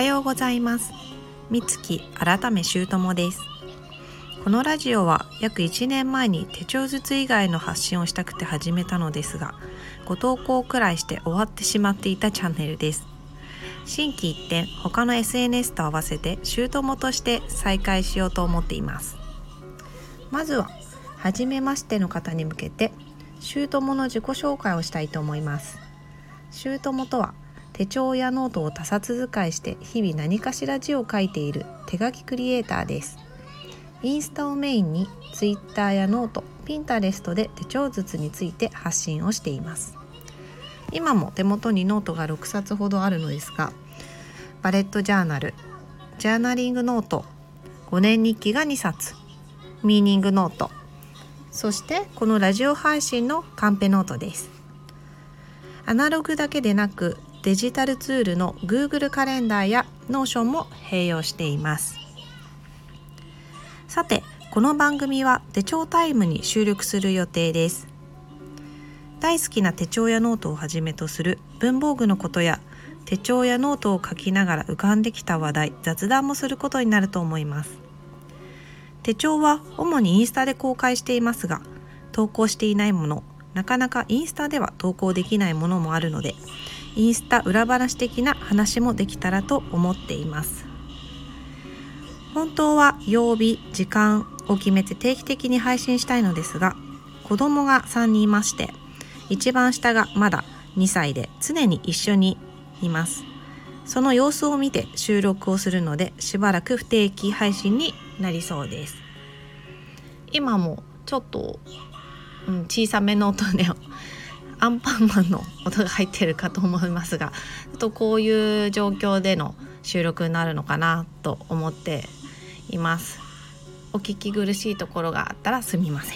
はようございます。みつき改めしゅうともです。このラジオは約1年前に手帳術以外の発信をしたくて始めたのですが、5投稿くらいして終わってしまっていたチャンネルです。心機一転、他の SNS と合わせてしゅうともとして再開しようと思っています。まずは初めましての方に向けてしゅうともの自己紹介をしたいと思います。しゅうともとは手帳やノートを多冊使いして日々何かしら字を書いている手書きクリエイターです。インスタをメインに Twitter やノート、Pinterest で手帳術について発信をしています。今も手元にノートが6冊ほどあるのですが、バレットジャーナル、ジャーナリングノート、5年日記が2冊、ミーニングノート、そしてこのラジオ配信のカンペノートです。アナログだけでなくデジタルツールの Google カレンダーや Notion も併用しています。さて、この番組は手帳タイムに収録する予定です。大好きな手帳やノートをはじめとする文房具のことや手帳やノートを書きながら浮かんできた話題、雑談もすることになると思います。手帳は主にインスタで公開していますが、投稿していないもの、なかなかインスタでは投稿できないものもあるので、インスタ裏話的な話もできたらと思っています。本当は曜日、時間を決めて定期的に配信したいのですが、子供が3人いまして、一番下がまだ2歳で常に一緒にいます。その様子を見て収録をするので、しばらく不定期配信になりそうです。今もちょっと、小さめの音でアンパンマンの音が入ってるかと思いますが、こういう状況での収録になるのかなと思っています。お聞き苦しいところがあったらすみません。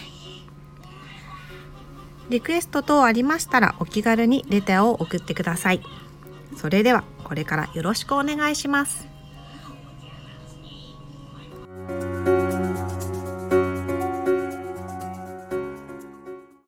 リクエスト等ありましたらお気軽にレターを送ってください。それではこれからよろしくお願いします。